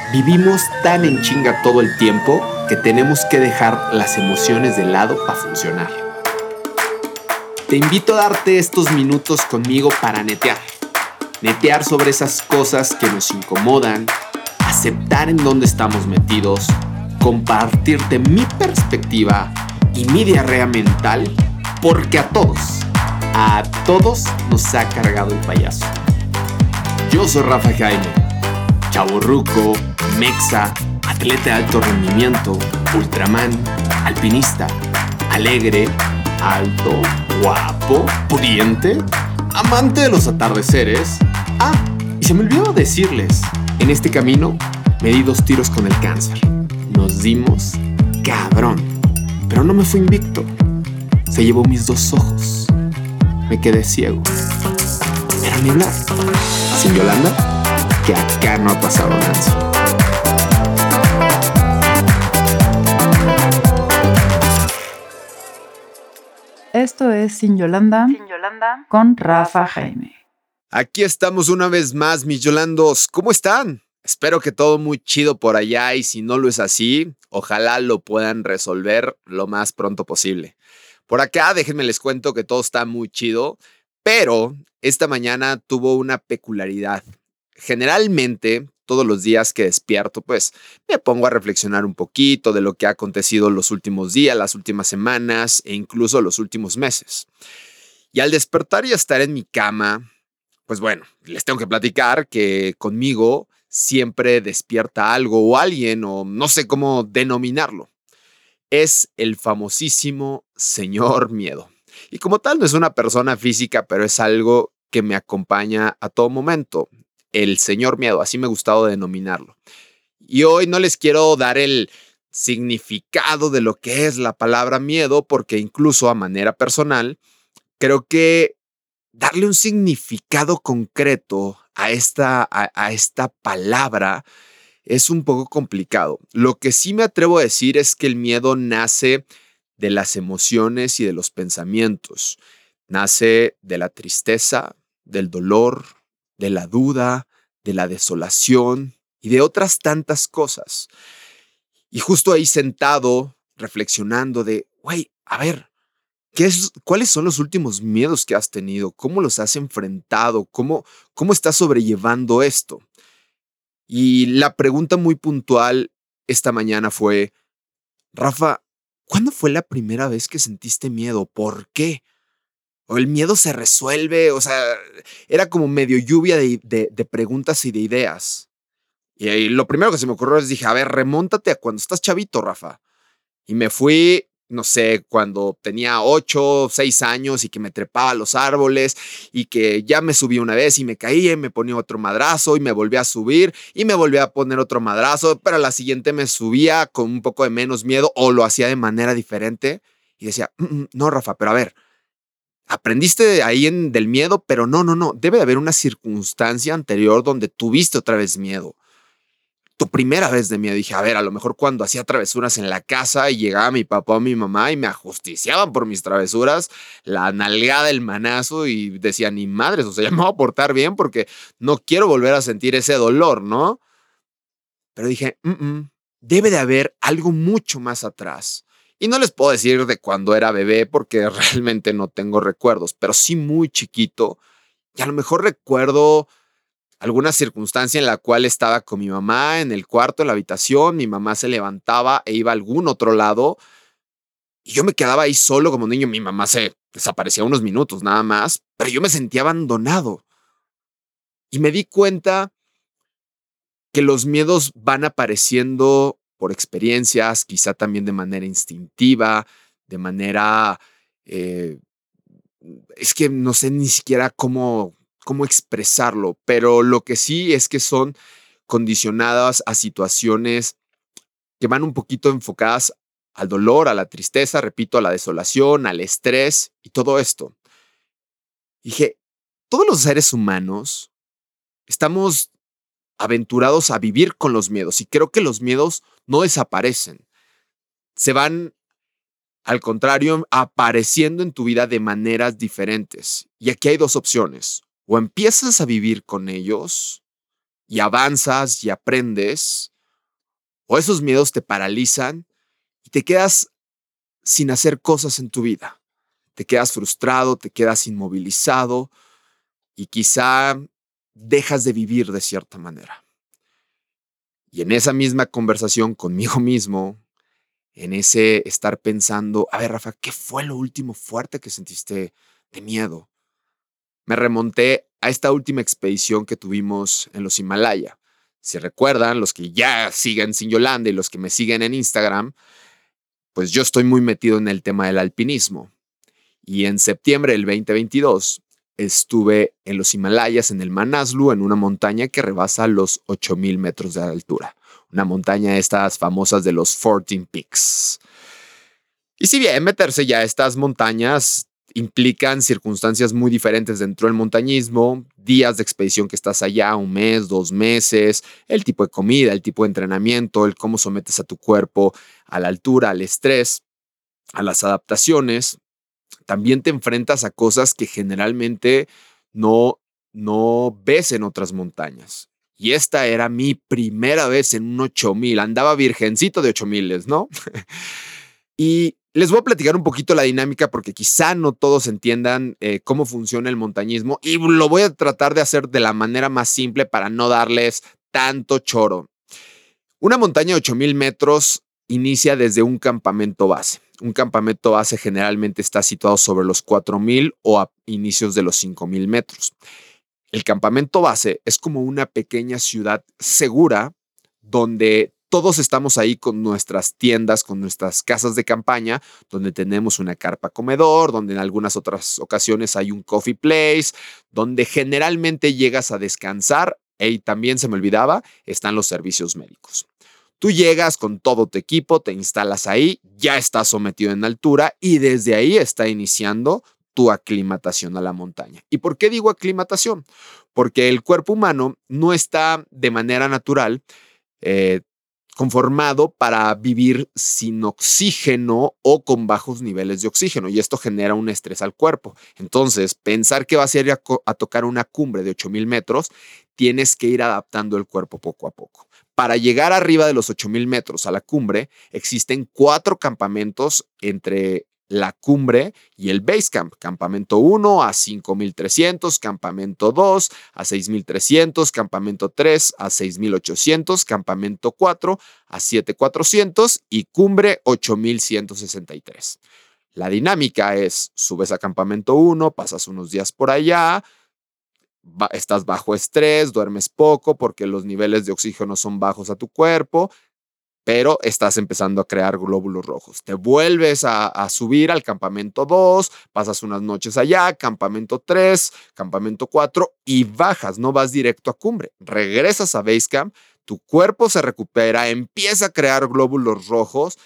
Vivimos tan en chinga todo el tiempo que tenemos que dejar las emociones de lado para funcionar. Te invito a darte estos minutos conmigo para netear. Netear sobre esas cosas que nos incomodan, aceptar en dónde estamos metidos, compartirte mi perspectiva y mi diarrea mental, porque a todos nos ha cargado el payaso. Yo soy Rafa Jaime, chavorruco, mexa, atleta de alto rendimiento, ultraman, alpinista, alegre, alto, guapo, pudiente, amante de los atardeceres. Y se me olvidó decirles, en este camino me di 2 tiros con el cáncer. Nos dimos cabrón, pero no me fui invicto. Se llevó mis 2 ojos. Me quedé ciego. Pero ni hablar. Sin Yolanda, que acá no ha pasado Nancy. Esto es Sin Yolanda, con Rafa Jaime. Aquí estamos una vez más, mis Yolandos. ¿Cómo están? Espero que todo muy chido por allá y si no lo es así, ojalá lo puedan resolver lo más pronto posible. Por acá, déjenme les cuento que todo está muy chido, pero esta mañana tuvo una peculiaridad. Generalmente, todos los días que despierto, pues me pongo a reflexionar un poquito de lo que ha acontecido los últimos días, las últimas semanas e incluso los últimos meses. Y al despertar y estar en mi cama, pues bueno, les tengo que platicar que conmigo siempre despierta algo o alguien, o no sé cómo denominarlo. Es el famosísimo señor miedo. Y como tal no es una persona física, pero es algo que me acompaña a todo momento. El señor miedo, así me ha gustado denominarlo. Y hoy no les quiero dar el significado de lo que es la palabra miedo, porque incluso a manera personal, creo que darle un significado concreto a esta palabra es un poco complicado. Lo que sí me atrevo a decir es que el miedo nace de las emociones y de los pensamientos. Nace de la tristeza, del dolor, de la duda, de la desolación y de otras tantas cosas. Y justo ahí sentado, reflexionando de, güey, a ver, ¿cuáles son los últimos miedos que has tenido? ¿Cómo los has enfrentado? ¿Cómo estás sobrellevando esto? Y la pregunta muy puntual esta mañana fue, Rafa, ¿cuándo fue la primera vez que sentiste miedo? ¿Por qué? ¿O el miedo se resuelve? O sea, era como medio lluvia de preguntas y de ideas. Y ahí lo primero que se me ocurrió es dije, a ver, remóntate a cuando estás chavito, Rafa. Y me fui, no sé, cuando tenía 8 o 6 años y que me trepaba a los árboles y que ya me subí una vez y me caía y me ponía otro madrazo y me volví a subir y me volví a poner otro madrazo, pero a la siguiente me subía con un poco de menos miedo o lo hacía de manera diferente y decía, no, Rafa, pero a ver, aprendiste ahí del miedo, pero no, debe de haber una circunstancia anterior donde tuviste otra vez miedo. Tu primera vez de miedo. Dije, a ver, a lo mejor cuando hacía travesuras en la casa y llegaba mi papá o mi mamá y me ajusticiaban por mis travesuras, la nalgada, el manazo y decía, ni madres, o sea, ya me voy a portar bien porque no quiero volver a sentir ese dolor, ¿no? Pero dije, debe de haber algo mucho más atrás. Y no les puedo decir de cuando era bebé porque realmente no tengo recuerdos, pero sí muy chiquito. Y a lo mejor recuerdo alguna circunstancia en la cual estaba con mi mamá en el cuarto, en la habitación, mi mamá se levantaba e iba a algún otro lado y yo me quedaba ahí solo como niño, mi mamá se desaparecía unos minutos nada más, pero yo me sentía abandonado y me di cuenta que los miedos van apareciendo por experiencias, quizá también de manera instintiva, de manera, eh, es que no sé ni siquiera cómo expresarlo, pero lo que sí es que son condicionadas a situaciones que van un poquito enfocadas al dolor, a la tristeza, repito, a la desolación, al estrés y todo esto. Dije, todos los seres humanos estamos aventurados a vivir con los miedos y creo que los miedos no desaparecen. Se van, al contrario, apareciendo en tu vida de maneras diferentes. Y aquí hay 2 opciones. O empiezas a vivir con ellos y avanzas y aprendes, o esos miedos te paralizan y te quedas sin hacer cosas en tu vida. Te quedas frustrado, te quedas inmovilizado y quizá dejas de vivir de cierta manera. Y en esa misma conversación conmigo mismo, en ese estar pensando, a ver, Rafa, ¿qué fue lo último fuerte que sentiste de miedo? Me remonté a esta última expedición que tuvimos en los Himalaya. Si recuerdan, los que ya siguen Sin Yolanda y los que me siguen en Instagram, pues yo estoy muy metido en el tema del alpinismo. Y en septiembre del 2022 estuve en los Himalayas, en el Manaslu, en una montaña que rebasa los 8,000 metros de altura. Una montaña de estas famosas de los 14 Peaks. Y si bien meterse ya a estas montañas implican circunstancias muy diferentes dentro del montañismo, días de expedición que estás allá, 1 mes, 2 meses, el tipo de comida, el tipo de entrenamiento, el cómo sometes a tu cuerpo a la altura, al estrés, a las adaptaciones, también te enfrentas a cosas que generalmente no, no ves en otras montañas. Y esta era mi primera vez en un 8,000. Andaba virgencito de 8,000, ¿no? Y les voy a platicar un poquito la dinámica porque quizá no todos entiendan cómo funciona el montañismo y lo voy a tratar de hacer de la manera más simple para no darles tanto choro. Una montaña de 8,000 metros inicia desde un campamento base. Un campamento base generalmente está situado sobre los 4,000 o a inicios de los 5,000 metros. El campamento base es como una pequeña ciudad segura donde todos estamos ahí con nuestras tiendas, con nuestras casas de campaña, donde tenemos una carpa comedor, donde en algunas otras ocasiones hay un coffee place, donde generalmente llegas a descansar y también se me olvidaba, están los servicios médicos. Tú llegas con todo tu equipo, te instalas ahí, ya estás sometido en altura y desde ahí está iniciando tu aclimatación a la montaña. ¿Y por qué digo aclimatación? Porque el cuerpo humano no está de manera natural conformado para vivir sin oxígeno o con bajos niveles de oxígeno y esto genera un estrés al cuerpo. Entonces, pensar que vas a ir a tocar una cumbre de 8,000 metros, tienes que ir adaptando el cuerpo poco a poco. Para llegar arriba de los 8,000 metros a la cumbre, existen 4 campamentos entre la cumbre y el base camp. Campamento 1 a 5,300, campamento 2 a 6,300, campamento 3 a 6,800, campamento 4 a 7,400 y cumbre 8,163. La dinámica es, subes a campamento 1, pasas unos días por allá, estás bajo estrés, duermes poco porque los niveles de oxígeno son bajos a tu cuerpo, pero estás empezando a crear glóbulos rojos. Te vuelves a subir al campamento 2, pasas unas noches allá, campamento 3, campamento 4 y bajas, no vas directo a cumbre. Regresas a Basecamp, tu cuerpo se recupera, empieza a crear glóbulos rojos,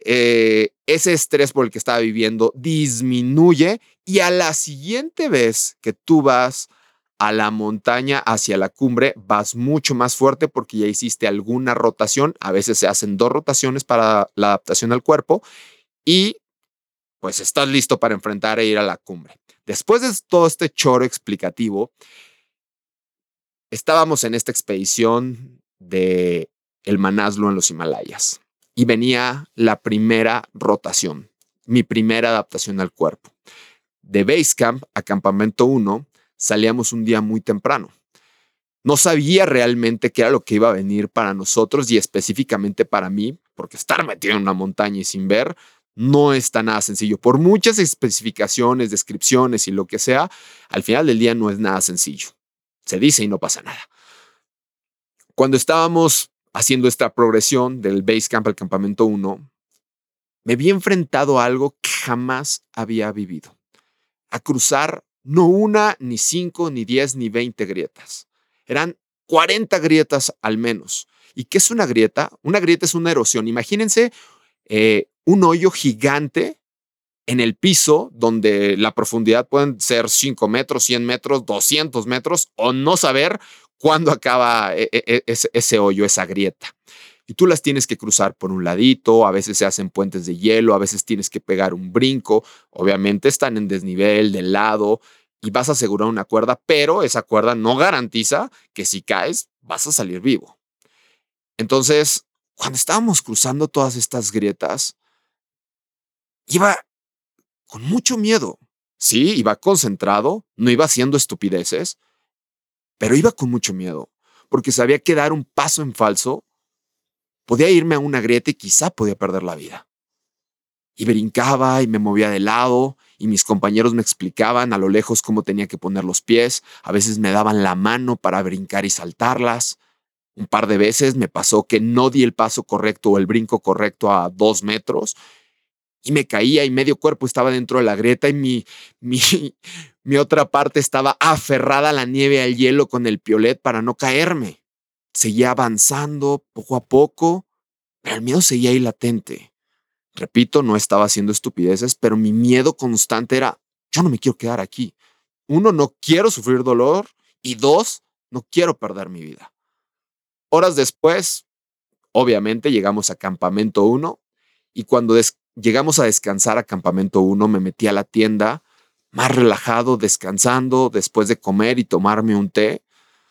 ese estrés por el que estaba viviendo disminuye y a la siguiente vez que tú vas a la montaña hacia la cumbre vas mucho más fuerte porque ya hiciste alguna rotación. A veces se hacen 2 rotaciones para la adaptación al cuerpo y pues estás listo para enfrentar e ir a la cumbre. Después de todo este choro explicativo, estábamos en esta expedición de el Manaslu en los Himalayas y venía la primera rotación, mi primera adaptación al cuerpo. De Basecamp a campamento 1 salíamos un día muy temprano. No sabía realmente qué era lo que iba a venir para nosotros y específicamente para mí, porque estar metido en una montaña y sin ver no está nada sencillo. Por muchas especificaciones, descripciones y lo que sea, al final del día no es nada sencillo. Se dice y no pasa nada. Cuando estábamos haciendo esta progresión del Basecamp al campamento 1, me vi enfrentado a algo que jamás había vivido. A cruzar no 1, ni 5, ni 10, ni 20 grietas. Eran 40 grietas al menos. ¿Y qué es una grieta? Una grieta es una erosión. Imagínense un hoyo gigante en el piso donde la profundidad pueden ser 5 metros, 100 metros, 200 metros o no saber cuándo acaba ese hoyo, esa grieta. Y tú las tienes que cruzar por un ladito, a veces se hacen puentes de hielo, a veces tienes que pegar un brinco, obviamente están en desnivel, de lado, y vas a asegurar una cuerda, pero esa cuerda no garantiza que si caes vas a salir vivo. Entonces, cuando estábamos cruzando todas estas grietas, iba con mucho miedo. Sí, iba concentrado, no iba haciendo estupideces, pero iba con mucho miedo, porque sabía que dar un paso en falso podía irme a una grieta y quizá podía perder la vida. Y brincaba y me movía de lado y mis compañeros me explicaban a lo lejos cómo tenía que poner los pies. A veces me daban la mano para brincar y saltarlas. Un par de veces me pasó que no di el paso correcto o el brinco correcto a 2 metros y me caía y medio cuerpo estaba dentro de la grieta y mi, mi otra parte estaba aferrada a la nieve, al hielo con el piolet para no caerme. Seguía avanzando poco a poco, pero el miedo seguía ahí latente. Repito, no estaba haciendo estupideces, pero mi miedo constante era, yo no me quiero quedar aquí. Uno, no quiero sufrir dolor y dos, no quiero perder mi vida. Horas después, obviamente, llegamos a Campamento 1 y cuando llegamos a descansar a Campamento 1, me metí a la tienda más relajado, descansando, después de comer y tomarme un té.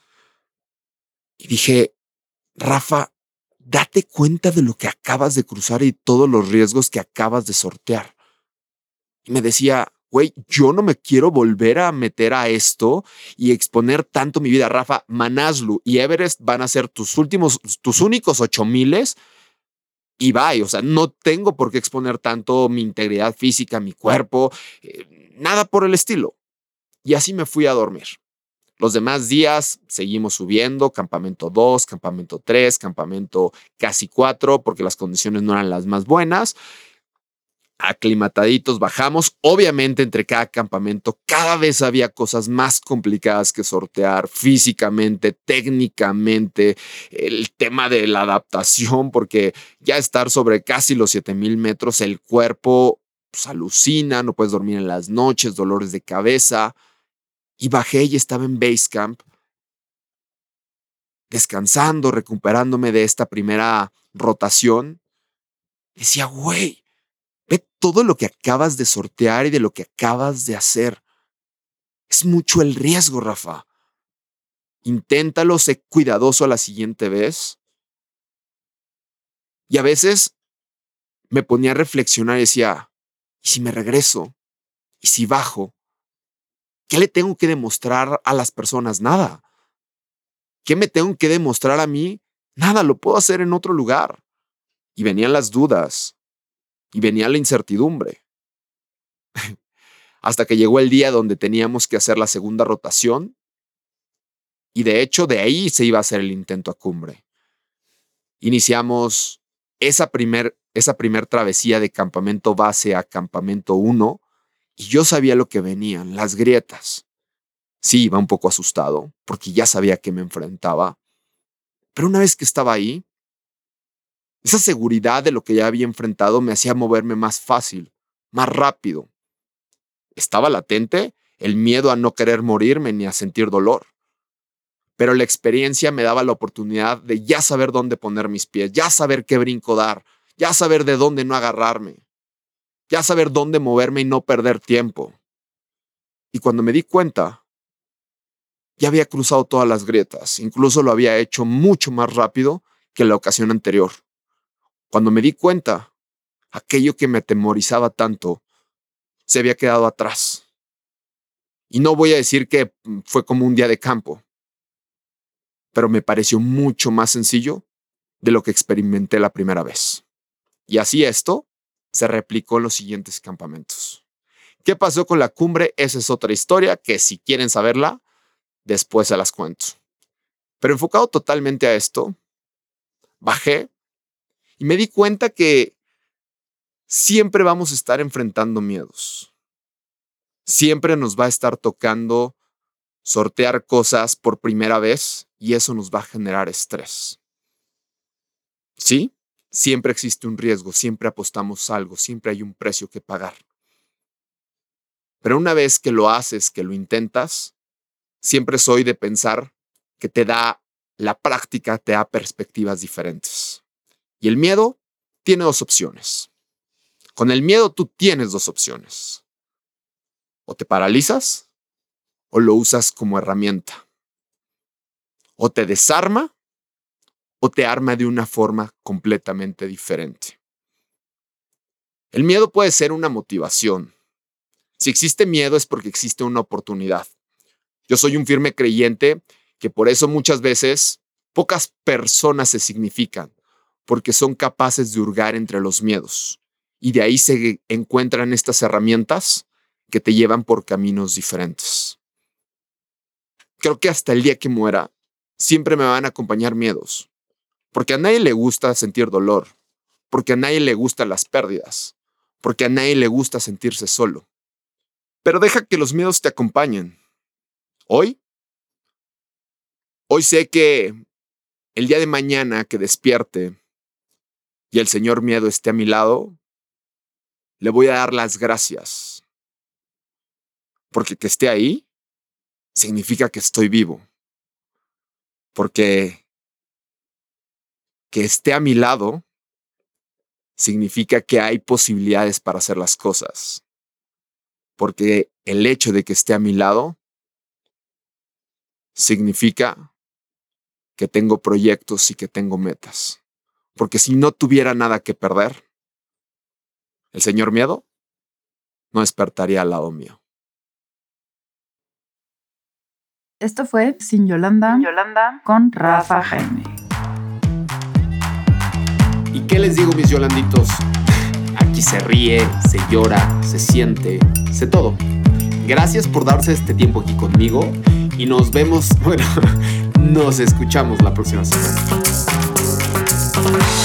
Y dije, Rafa, date cuenta de lo que acabas de cruzar y todos los riesgos que acabas de sortear. Y me decía, güey, yo no me quiero volver a meter a esto y exponer tanto mi vida. Rafa, Manaslu y Everest van a ser tus únicos 8000 y bye. O sea, no tengo por qué exponer tanto mi integridad física, mi cuerpo, nada por el estilo. Y así me fui a dormir. Los demás días seguimos subiendo, campamento 2, campamento 3, campamento casi 4, porque las condiciones no eran las más buenas. Aclimataditos, bajamos. Obviamente, entre cada campamento, cada vez había cosas más complicadas que sortear físicamente, técnicamente, el tema de la adaptación, porque ya estar sobre casi los 7000 metros, el cuerpo pues, alucina, no puedes dormir en las noches, dolores de cabeza. Y bajé y estaba en base camp, descansando, recuperándome de esta primera rotación. Decía, güey, ve todo lo que acabas de sortear y de lo que acabas de hacer. Es mucho el riesgo, Rafa. Inténtalo, sé cuidadoso a la siguiente vez. Y a veces me ponía a reflexionar y decía, ¿y si me regreso? ¿Y si bajo? ¿Qué le tengo que demostrar a las personas? Nada. ¿Qué me tengo que demostrar a mí? Nada, lo puedo hacer en otro lugar. Y venían las dudas, y venía la incertidumbre. Hasta que llegó el día donde teníamos que hacer la segunda rotación y de hecho de ahí se iba a hacer el intento a cumbre. Iniciamos esa primer travesía de campamento base a campamento 1 y yo sabía lo que venían, las grietas. Sí, iba un poco asustado porque ya sabía que me enfrentaba, pero una vez que estaba ahí, esa seguridad de lo que ya había enfrentado me hacía moverme más fácil, más rápido. Estaba latente el miedo a no querer morirme ni a sentir dolor. Pero la experiencia me daba la oportunidad de ya saber dónde poner mis pies, ya saber qué brinco dar, ya saber de dónde no agarrarme, ya saber dónde moverme y no perder tiempo. Y cuando me di cuenta, ya había cruzado todas las grietas, incluso lo había hecho mucho más rápido que la ocasión anterior. Cuando me di cuenta, aquello que me atemorizaba tanto se había quedado atrás. Y no voy a decir que fue como un día de campo, pero me pareció mucho más sencillo de lo que experimenté la primera vez. Y así esto se replicó en los siguientes campamentos. ¿Qué pasó con la cumbre? Esa es otra historia que si quieren saberla, después se las cuento. Pero enfocado totalmente a esto, bajé y me di cuenta que siempre vamos a estar enfrentando miedos. Siempre nos va a estar tocando sortear cosas por primera vez y eso nos va a generar estrés. Sí, siempre existe un riesgo, siempre apostamos algo, siempre hay un precio que pagar. Pero una vez que lo haces, que lo intentas, siempre soy de pensar que te da la práctica, te da perspectivas diferentes. Y el miedo tiene dos opciones. Con el miedo tú tienes dos opciones. O te paralizas o lo usas como herramienta. O te desarma o te arma de una forma completamente diferente. El miedo puede ser una motivación. Si existe miedo es porque existe una oportunidad. Yo soy un firme creyente que por eso muchas veces pocas personas se significan, porque son capaces de hurgar entre los miedos. Y de ahí se encuentran estas herramientas que te llevan por caminos diferentes. Creo que hasta el día que muera, siempre me van a acompañar miedos. Porque a nadie le gusta sentir dolor. Porque a nadie le gustan las pérdidas. Porque a nadie le gusta sentirse solo. Pero deja que los miedos te acompañen. Hoy sé que el día de mañana que despierte y el señor miedo esté a mi lado, le voy a dar las gracias. Porque que esté ahí significa que estoy vivo. Porque que esté a mi lado significa que hay posibilidades para hacer las cosas. Porque el hecho de que esté a mi lado significa que tengo proyectos y que tengo metas. Porque si no tuviera nada que perder, el señor miedo no despertaría al lado mío. Esto fue Sin Yolanda, con Rafa Jaime. ¿Y qué les digo, mis yolanditos? Aquí se ríe, se llora, se siente, se todo. Gracias por darse este tiempo aquí conmigo y nos vemos, nos escuchamos la próxima semana.